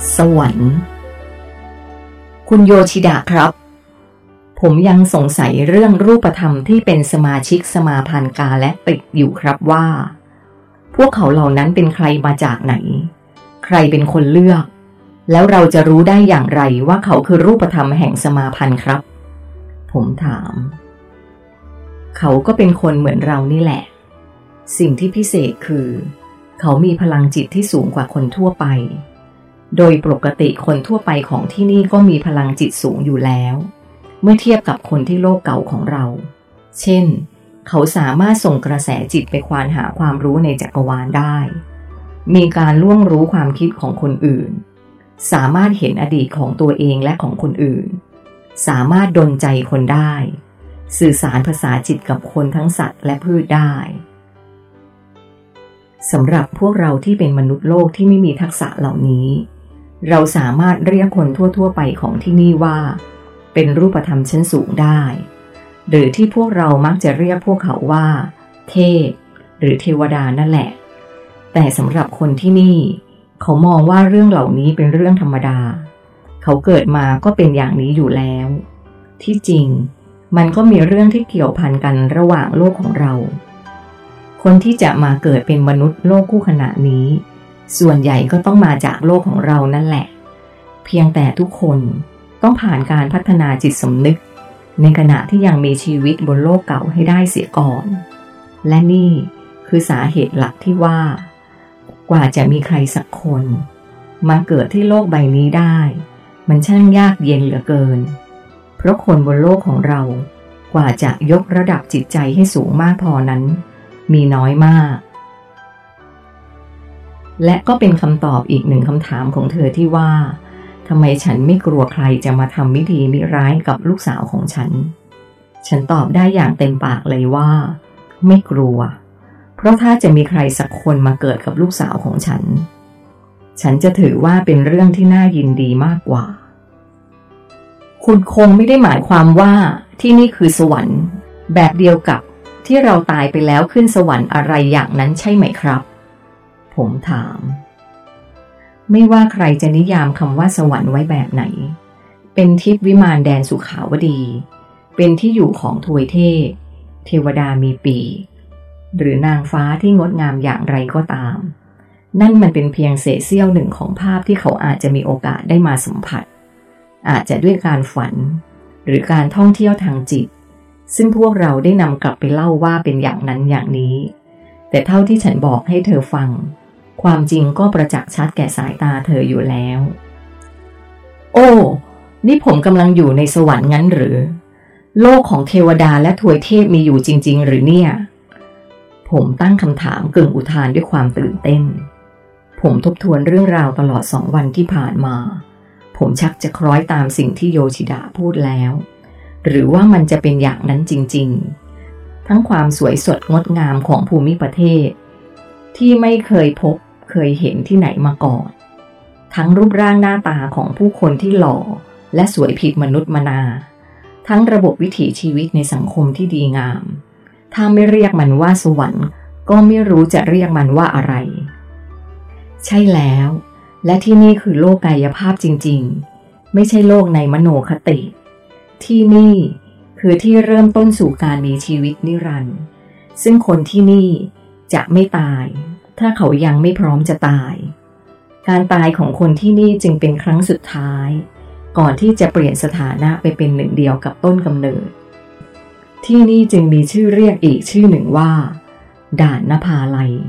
สวรรค์คุณโยชิดะครับผมยังสงสัยเรื่องรูปธรรมที่เป็นสมาชิกสมาพันธ์กาแล็กติกอยู่ครับว่าพวกเขาเหล่านั้นเป็นใครมาจากไหนใครเป็นคนเลือกแล้วเราจะรู้ได้อย่างไรว่าเขาคือรูปธรรมแห่งสมาพันธ์ครับผมถามเขาก็เป็นคนเหมือนเรานี่แหละสิ่งที่พิเศษคือเขามีพลังจิตที่สูงกว่าคนทั่วไปโดยปกติคนทั่วไปของที่นี่ก็มีพลังจิตสูงอยู่แล้วเมื่อเทียบกับคนที่โลกเก่าของเราเช่นเขาสามารถส่งกระแสจิตไปควานหาความรู้ในจักรวาลได้มีการล่วงรู้ความคิดของคนอื่นสามารถเห็นอดีตของตัวเองและของคนอื่นสามารถดลใจคนได้สื่อสารภาษาจิตกับคนทั้งสัตว์และพืชได้สำหรับพวกเราที่เป็นมนุษย์โลกที่ไม่มีทักษะเหล่านี้เราสามารถเรียกคนทั่วๆไปของที่นี่ว่าเป็นรูปธรรมชั้นสูงได้หรือที่พวกเรามักจะเรียกพวกเขาว่าเทพหรือเทวดานั่นแหละแต่สำหรับคนที่นี่เขามองว่าเรื่องเหล่านี้เป็นเรื่องธรรมดาเขาเกิดมาก็เป็นอย่างนี้อยู่แล้วที่จริงมันก็มีเรื่องที่เกี่ยวพันกันระหว่างโลกของเราคนที่จะมาเกิดเป็นมนุษย์โลกคู่ขณะนี้ส่วนใหญ่ก็ต้องมาจากโลกของเรานั่นแหละเพียงแต่ทุกคนต้องผ่านการพัฒนาจิตสำนึกในขณะที่ยังมีชีวิตบนโลกเก่าให้ได้เสียก่อนและนี่คือสาเหตุหลักที่ว่ากว่าจะมีใครสักคนมาเกิดที่โลกใบนี้ได้มันช่างยากเย็นเหลือเกินเพราะคนบนโลกของเรากว่าจะยกระดับจิตใจให้สูงมากพอนั้นมีน้อยมากและก็เป็นคำตอบอีกหนึ่งคำถามของเธอที่ว่าทำไมฉันไม่กลัวใครจะมาทำไม่ดีไม่ร้ายกับลูกสาวของฉันตอบได้อย่างเต็มปากเลยว่าไม่กลัวเพราะถ้าจะมีใครสักคนมาเกิดกับลูกสาวของฉันจะถือว่าเป็นเรื่องที่น่ายินดีมากกว่าคุณคงไม่ได้หมายความว่าที่นี่คือสวรรค์แบบเดียวกับที่เราตายไปแล้วขึ้นสวรรค์อะไรอย่างนั้นใช่ไหมครับผมถามไม่ว่าใครจะนิยามคำว่าสวรรค์ไว้แบบไหนเป็นทิพย์วิมานแดนสุขาวดีเป็นที่อยู่ของทวยเทพเทวดามีปีกหรือนางฟ้าที่งดงามอย่างไรก็ตามนั่นมันเป็นเพียงเศษเสี้ยวหนึ่งของภาพที่เขาอาจจะมีโอกาสได้มาสัมผัสอาจจะด้วยการฝันหรือการท่องเที่ยวทางจิตซึ่งพวกเราได้นำกลับไปเล่าว่าเป็นอย่างนั้นอย่างนี้แต่เท่าที่ฉันบอกให้เธอฟังความจริงก็ประจักษ์ชัดแก่สายตาเธออยู่แล้วโอ้นี่ผมกำลังอยู่ในสวรรค์งั้นหรือโลกของเทวดาและทวยเทพมีอยู่จริงๆหรือเนี่ยผมตั้งคำถามกึ่งอุทานด้วยความตื่นเต้นผมทบทวนเรื่องราวตลอด2 วันที่ผ่านมาผมชักจะคล้อยตามสิ่งที่โยชิดะพูดแล้วหรือว่ามันจะเป็นอย่างนั้นจริงๆทั้งความสวยสดงดงามของภูมิประเทศที่ไม่เคยพบเคยเห็นที่ไหนมาก่อนทั้งรูปร่างหน้าตาของผู้คนที่หล่อและสวยผิดมนุษย์มนาทั้งระบบวิถีชีวิตในสังคมที่ดีงามถ้าไม่เรียกมันว่าสวรรค์ก็ไม่รู้จะเรียกมันว่าอะไรใช่แล้วและที่นี่คือโลกกายภาพจริงๆไม่ใช่โลกในมโนคติที่นี่คือที่เริ่มต้นสู่การมีชีวิตนิรันดร์ซึ่งคนที่นี่จะไม่ตายถ้าเขายังไม่พร้อมจะตายการตายของคนที่นี่จึงเป็นครั้งสุดท้ายก่อนที่จะเปลี่ยนสถานะไปเป็นหนึ่งเดียวกับต้นกำเนิดที่นี่จึงมีชื่อเรียกอีกชื่อหนึ่งว่าด่านนภาลัย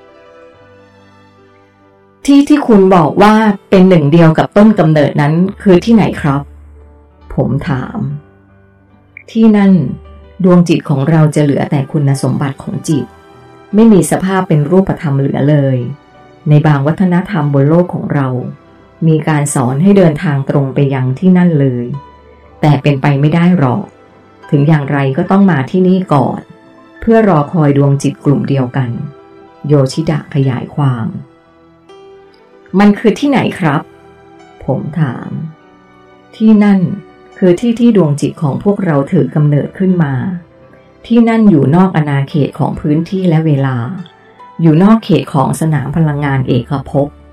ที่คุณบอกว่าเป็นหนึ่งเดียวกับต้นกำเนิดนั้นคือที่ไหนครับผมถามที่นั่นดวงจิตของเราจะเหลือแต่คุณสมบัติของจิตไม่มีสภาพเป็นรูปธรรมเหลือเลยในบางวัฒนธรรมบนโลกของเรามีการสอนให้เดินทางตรงไปยังที่นั่นเลยแต่เป็นไปไม่ได้หรอกถึงอย่างไรก็ต้องมาที่นี่ก่อนเพื่อรอคอยดวงจิตกลุ่มเดียวกันโยชิดะขยายความมันคือที่ไหนครับผมถามที่นั่นคือที่ดวงจิตของพวกเราถือกำเนิดขึ้นมาที่นั่นอยู่นอกอาณาเขตของพื้นที่และเวลาอยู่นอกเขตของสนามพลังงานเอกภพ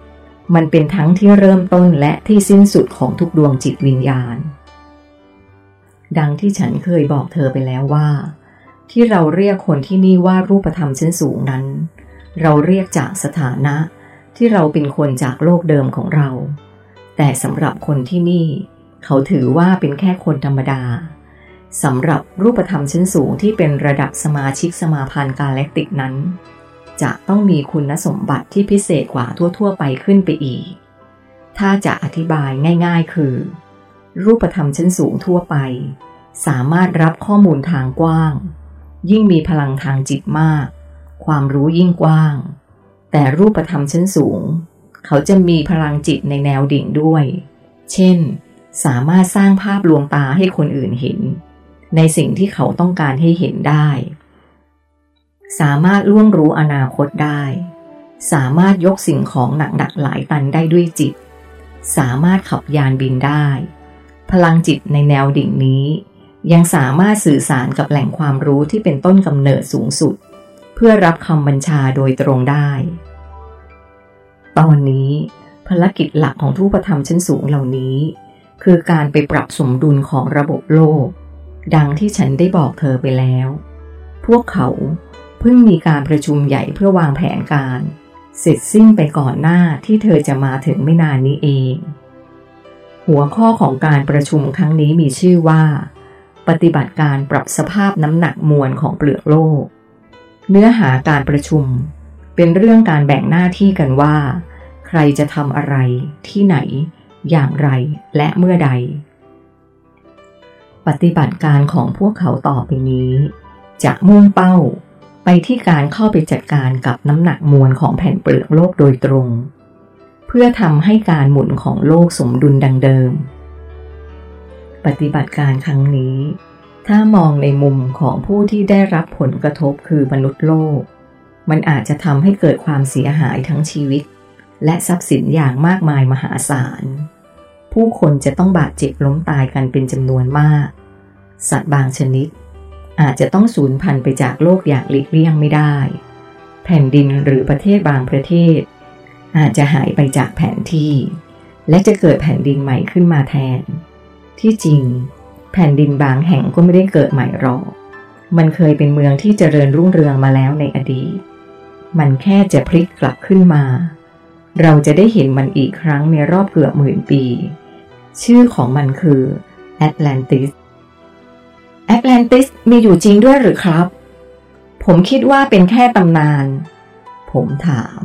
มันเป็นทั้งที่เริ่มต้นและที่สิ้นสุดของทุกดวงจิตวิญญาณดังที่ฉันเคยบอกเธอไปแล้วว่าที่เราเรียกคนที่นี่ว่ารูปธรรมชั้นสูงนั้นเราเรียกจากสถานะที่เราเป็นคนจากโลกเดิมของเราแต่สำหรับคนที่นี่เขาถือว่าเป็นแค่คนธรรมดาสำหรับรูปธรรมชั้นสูงที่เป็นระดับสมาชิกสมาพันธ์กาแล็กติกนั้นจะต้องมีคุณสมบัติที่พิเศษกว่าทั่วๆไปขึ้นไปอีกถ้าจะอธิบายง่ายๆคือรูปธรรมชั้นสูงทั่วไปสามารถรับข้อมูลทางกว้างยิ่งมีพลังทางจิตมากความรู้ยิ่งกว้างแต่รูปธรรมชั้นสูงเขาจะมีพลังจิตในแนวดิ่งด้วยเช่นสามารถสร้างภาพลวงตาให้คนอื่นเห็นในสิ่งที่เขาต้องการให้เห็นได้สามารถล่วงรู้อนาคตได้สามารถยกสิ่งของหนักๆหลายตันได้ด้วยจิตสามารถขับยานบินได้พลังจิตในแนวดิ่งนี้ยังสามารถสื่อสารกับแหล่งความรู้ที่เป็นต้นกำเนิดสูงสุดเพื่อรับคำบัญชาโดยตรงได้ตอนนี้ภารกิจหลักของรูปธรรมชั้นสูงเหล่านี้คือการไปปรับสมดุลของระบบโลกดังที่ฉันได้บอกเธอไปแล้วพวกเขาเพิ่งมีการประชุมใหญ่เพื่อวางแผนการเสร็จสิ้นไปก่อนหน้าที่เธอจะมาถึงไม่นานนี้เองหัวข้อของการประชุมครั้งนี้มีชื่อว่าปฏิบัติการปรับสภาพน้ำหนักมวลของเปลือกโลกเนื้อหาการประชุมเป็นเรื่องการแบ่งหน้าที่กันว่าใครจะทำอะไรที่ไหนอย่างไรและเมื่อใดปฏิบัติการของพวกเขาต่อไปนี้จะมุ่งเป้าไปที่การเข้าไปจัดการกับน้ำหนักมวลของแผ่นเปลือกโลกโดยตรงเพื่อทำให้การหมุนของโลกสมดุลดังเดิมปฏิบัติการครั้งนี้ถ้ามองในมุมของผู้ที่ได้รับผลกระทบคือมนุษย์โลกมันอาจจะทำให้เกิดความเสียหายทั้งชีวิตและทรัพย์สินอย่างมากมายมหาศาลผู้คนจะต้องบาดเจ็บล้มตายกันเป็นจำนวนมากสัตว์บางชนิดอาจจะต้องสูญพันธุ์ไปจากโลกอย่างหลีกเลี่ยงไม่ได้แผ่นดินหรือประเทศบางประเทศอาจจะหายไปจากแผนที่และจะเกิดแผ่นดินใหม่ขึ้นมาแทนที่จริงแผ่นดินบางแห่งก็ไม่ได้เกิดใหม่หรอกมันเคยเป็นเมืองที่เจริญรุ่งเรืองมาแล้วในอดีตมันแค่จะพลิกกลับขึ้นมาเราจะได้เห็นมันอีกครั้งในรอบเกือบหมื่นปีชื่อของมันคือแอตแลนติสมีอยู่จริงด้วยหรือครับผมคิดว่าเป็นแค่ตำนานผมถาม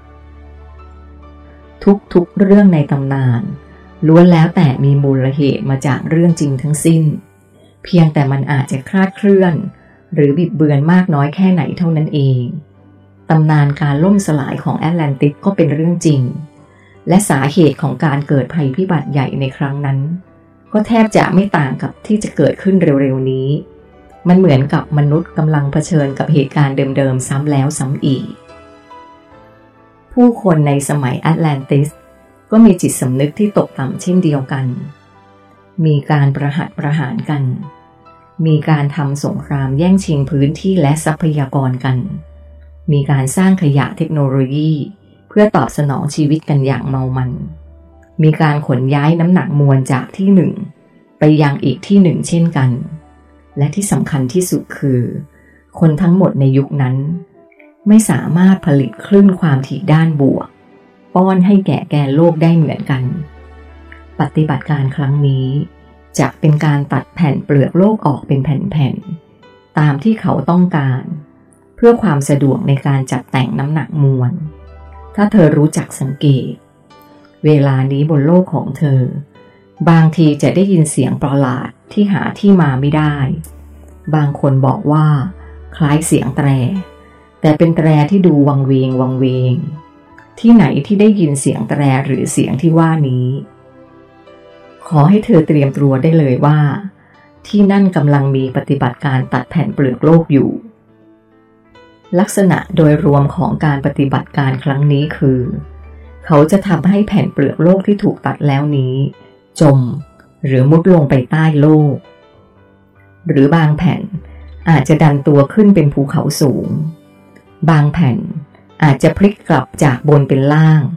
ทุกๆเรื่องในตำนานล้วนแล้วแต่มีมูลเหตุมาจากเรื่องจริงทั้งสิ้นเพียงแต่มันอาจจะคลาดเคลื่อนหรือบิดเบือนมากน้อยแค่ไหนเท่านั้นเองตำนานการล่มสลายของแอตแลนติสก็เป็นเรื่องจริงและสาเหตุของการเกิดภัยพิบัติใหญ่ในครั้งนั้นก็แทบจะไม่ต่างกับที่จะเกิดขึ้นเร็วๆนี้มันเหมือนกับมนุษย์กำลังเผชิญกับเหตุการณ์เดิมๆซ้ำแล้วซ้ำอีกผู้คนในสมัยแอตแลนติสก็มีจิตสำนึกที่ตกต่ำเช่นเดียวกันมีการประหัตประหารกันมีการทำสงครามแย่งชิงพื้นที่และทรัพยากรกันมีการสร้างขยะเทคโนโลยีเพื่อตอบสนองชีวิตกันอย่างเมามันมีการขนย้ายน้ำหนักมวลจากที่หนึ่งไปยังอีกที่หนึ่งเช่นกันและที่สำคัญที่สุดคือคนทั้งหมดในยุคนั้นไม่สามารถผลิตคลื่นความถี่ด้านบวกป้อนให้แก่แกนโลกได้เหมือนกันปฏิบัติการครั้งนี้จะเป็นการตัดแผ่นเปลือกโลกออกเป็นแผ่นๆตามที่เขาต้องการเพื่อความสะดวกในการจัดแต่งน้ำหนักมวลถ้าเธอรู้จักสังเกตเวลานี้บนโลกของเธอบางทีจะได้ยินเสียงประหลาดที่หาที่มาไม่ได้บางคนบอกว่าคล้ายเสียงแตรแต่เป็นแตรที่ดูวังเวงที่ไหนที่ได้ยินเสียงแตรหรือเสียงที่ว่านี้ขอให้เธอเตรียมตัวได้เลยว่าที่นั่นกำลังมีปฏิบัติการตัดแผ่นเปลือกโลกอยู่ลักษณะโดยรวมของการปฏิบัติการครั้งนี้คือเขาจะทำให้แผ่นเปลือกโลกที่ถูกตัดแล้วนี้จมหรือมุดลงไปใต้โลกหรือบางแผ่นอาจจะดันตัวขึ้นเป็นภูเขาสูงบางแผ่นอาจจะพลิกกลับจากบนเป็นล่างเ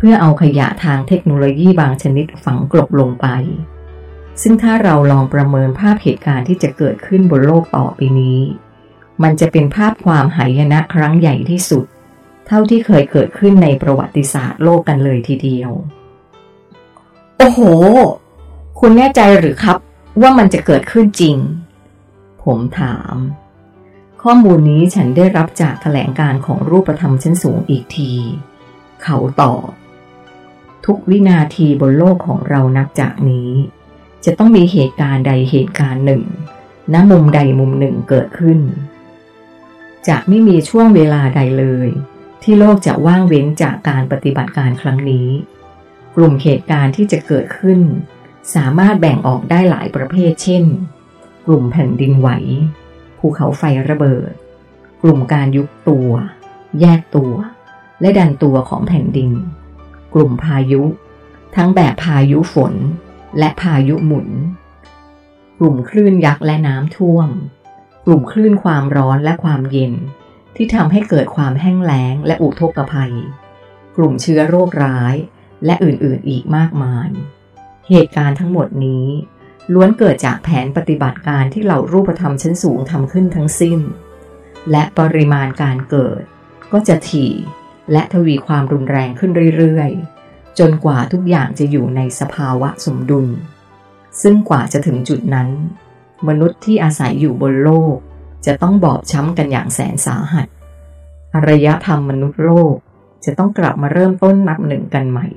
พื่อเอาขยะทางเทคโนโลยีบางชนิดฝังกลบลงไปซึ่งถ้าเราลองประเมินภาพเหตุการณ์ที่จะเกิดขึ้นบนโลกต่อไปนี้มันจะเป็นภาพความหายนะครั้งใหญ่ที่สุดเท่าที่เคยเกิดขึ้นในประวัติศาสตร์โลกกันเลยทีเดียวโอ้โหคุณแน่ใจหรือครับว่ามันจะเกิดขึ้นจริงผมถามข้อมูลนี้ฉันได้รับจากแถลงการณ์ของรูปธรรมชั้นสูงอีกทีเขาตอบทุกวินาทีบนโลกของเรานับจากนี้จะต้องมีเหตุการณ์ใดเหตุการณ์หนึ่งณมุมใดมุมหนึ่งเกิดขึ้นจะไม่มีช่วงเวลาใดเลยที่โลกจะว่างเว้นจากการปฏิบัติการครั้งนี้กลุ่มเหตุการณ์ที่จะเกิดขึ้นสามารถแบ่งออกได้หลายประเภทเช่นกลุ่มแผ่นดินไหวภูเขาไฟระเบิดกลุ่มการยุบตัวแยกตัวและดันตัวของแผ่นดินกลุ่มพายุทั้งแบบพายุฝนและพายุหมุนกลุ่มคลื่นยักษ์และน้ำท่วมกลุ่มคลื่นความร้อนและความเย็นที่ทำให้เกิดความแห้งแล้งและอุทกภัยกลุ่มเชื้อโรคร้ายและอื่นๆอีกมากมายเหตุการณ์ทั้งหมดนี้ล้วนเกิดจากแผนปฏิบัติการที่เหล่ารูปธรรมชั้นสูงทำขึ้นทั้งสิ้นและปริมาณการเกิดก็จะถี่และทวีความรุนแรงขึ้นเรื่อยๆจนกว่าทุกอย่างจะอยู่ในสภาวะสมดุลซึ่งกว่าจะถึงจุดนั้นมนุษย์ที่อาศัยอยู่บนโลกจะต้องบอบช้ำกันอย่างแสนสาหัสอารยธรรมมนุษย์โลกจะต้องกลับมาเริ่มต้นนับหนึ่งกันใหม่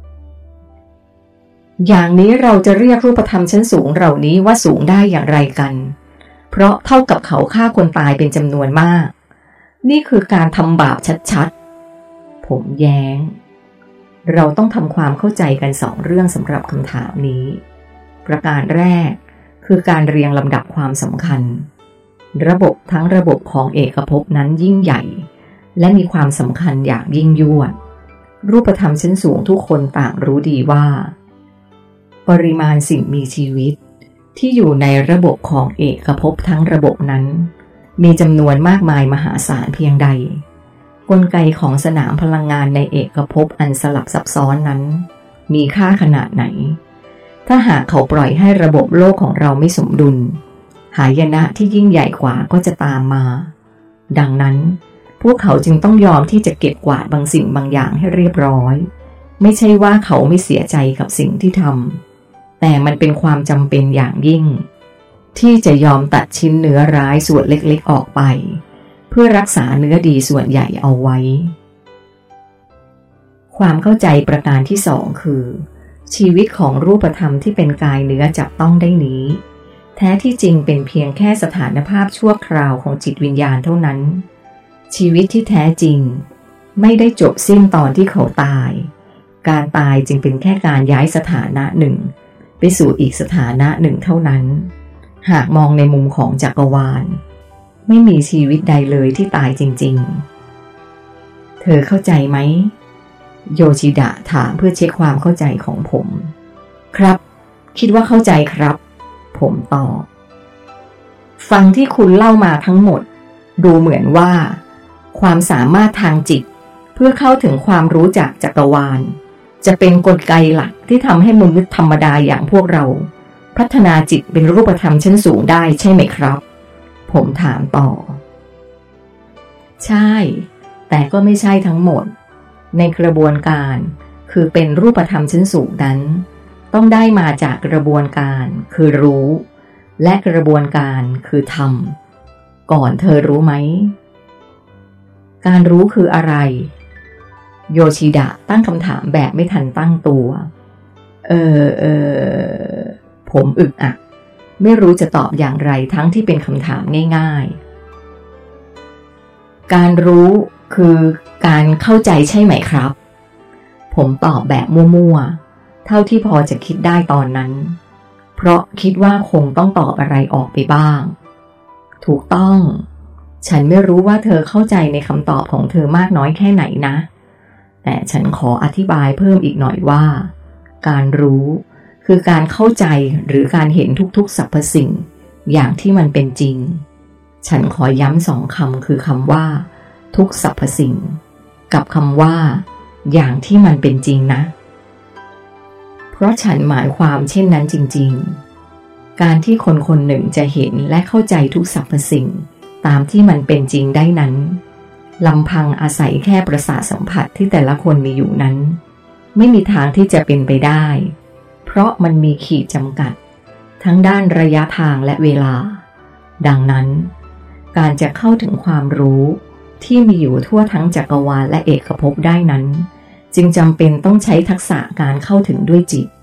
อย่างนี้เราจะเรียกรูปธรรมชั้นสูงเหล่านี้ว่าสูงได้อย่างไรกันเพราะเท่ากับเขาฆ่าคนตายเป็นจำนวนมากนี่คือการทำบาปชัดๆผมแย้งเราต้องทำความเข้าใจกันสองเรื่องสำหรับคำถามนี้ประการแรกคือการเรียงลำดับความสำคัญระบบทั้งระบบของเอกภพนั้นยิ่งใหญ่และมีความสำคัญอย่างยิ่งยวดรูปธรรมชั้นสูงทุกคนต่างรู้ดีว่าปริมาณสิ่งมีชีวิตที่อยู่ในระบบของเอกภพทั้งระบบนั้นมีจำนวนมากมายมหาศาลเพียงใดกลไกของสนามพลังงานในเอกภพอันสลับซับซ้อนนั้นมีค่าขนาดไหนถ้าหากเขาปล่อยให้ระบบโลกของเราไม่สมดุลหายนะที่ยิ่งใหญ่กว่าก็จะตามมาดังนั้นพวกเขาจึงต้องยอมที่จะเก็บกวาดบางสิ่งบางอย่างให้เรียบร้อยไม่ใช่ว่าเขาไม่เสียใจกับสิ่งที่ทำแต่มันเป็นความจำเป็นอย่างยิ่งที่จะยอมตัดชิ้นเนื้อร้ายส่วนเล็กๆออกไปเพื่อรักษาเนื้อดีส่วนใหญ่เอาไว้ความเข้าใจประการที่สองคือชีวิตของรูปธรรมที่เป็นกายเนื้อจับต้องได้นี้แท้ที่จริงเป็นเพียงแค่สถานภาพชั่วคราวของจิตวิญญาณเท่านั้นชีวิตที่แท้จริงไม่ได้จบสิ้นตอนที่เขาตายการตายจึงเป็นแค่การย้ายสถานะหนึ่งไปสู่อีกสถานะหนึ่งเท่านั้นหากมองในมุมของจักรวาลไม่มีชีวิตใดเลยที่ตายจริงๆเธอเข้าใจไหมโยชิดะถามเพื่อเช็คความเข้าใจของผมครับคิดว่าเข้าใจครับผมตอบฟังที่คุณเล่ามาทั้งหมดดูเหมือนว่าความสามารถทางจิตเพื่อเข้าถึงความรู้จากจักรวาลจะเป็นกลไกหลักที่ทำให้มนุษย์ธรรมดาอย่างพวกเราพัฒนาจิตเป็นรูปธรรมชั้นสูงได้ใช่ไหมครับผมถามต่อใช่แต่ก็ไม่ใช่ทั้งหมดในกระบวนการคือเป็นรูปธรรมชั้นสูงนั้นต้องได้มาจากกระบวนการคือรู้และกระบวนการคือทำก่อนเธอรู้ไหมการรู้คืออะไรโยชิดะตั้งคำถามแบบไม่ทันตั้งตัวผมอึกอักไม่รู้จะตอบอย่างไรทั้งที่เป็นคำถามง่ายๆการรู้คือการเข้าใจใช่ไหมครับผมตอบแบบมั่วๆเท่าที่พอจะคิดได้ตอนนั้นเพราะคิดว่าคงต้องตอบอะไรออกไปบ้างถูกต้องฉันไม่รู้ว่าเธอเข้าใจในคำตอบของเธอมากน้อยแค่ไหนนะแต่ฉันขออธิบายเพิ่มอีกหน่อยว่าการรู้คือการเข้าใจหรือการเห็นทุกๆสรรพสิ่งอย่างที่มันเป็นจริงฉันขอย้ำสองคำคือคำว่าทุกสรรพสิ่งกับคำว่าอย่างที่มันเป็นจริงนะเพราะฉันหมายความเช่นนั้นจริงๆการที่คนคนหนึ่งจะเห็นและเข้าใจทุกสรรพสิ่งตามที่มันเป็นจริงได้นั้นลำพังอาศัยแค่ประสาทสัมผัสที่แต่ละคนมีอยู่นั้นไม่มีทางที่จะเป็นไปได้เพราะมันมีขีดจำกัดทั้งด้านระยะทางและเวลาดังนั้นการจะเข้าถึงความรู้ที่มีอยู่ทั่วทั้งจักรวาลและเอกภพได้นั้นจึงจำเป็นต้องใช้ทักษะการเข้าถึงด้วยจิต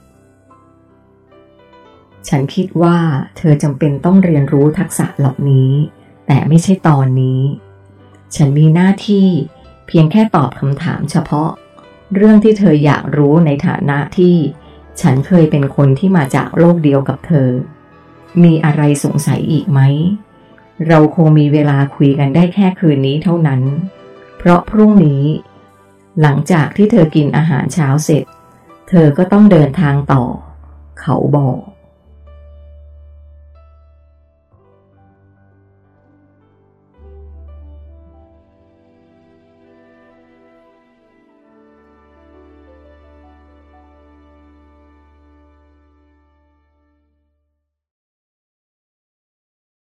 ฉันคิดว่าเธอจำเป็นต้องเรียนรู้ทักษะเหล่านี้แต่ไม่ใช่ตอนนี้ฉันมีหน้าที่เพียงแค่ตอบคำถามเฉพาะเรื่องที่เธออยากรู้ในฐานะที่ฉันเคยเป็นคนที่มาจากโลกเดียวกับเธอมีอะไรสงสัยอีกไหมเราคงมีเวลาคุยกันได้แค่คืนนี้เท่านั้นเพราะพรุ่งนี้หลังจากที่เธอกินอาหารเช้าเสร็จเธอก็ต้องเดินทางต่อเขาบอก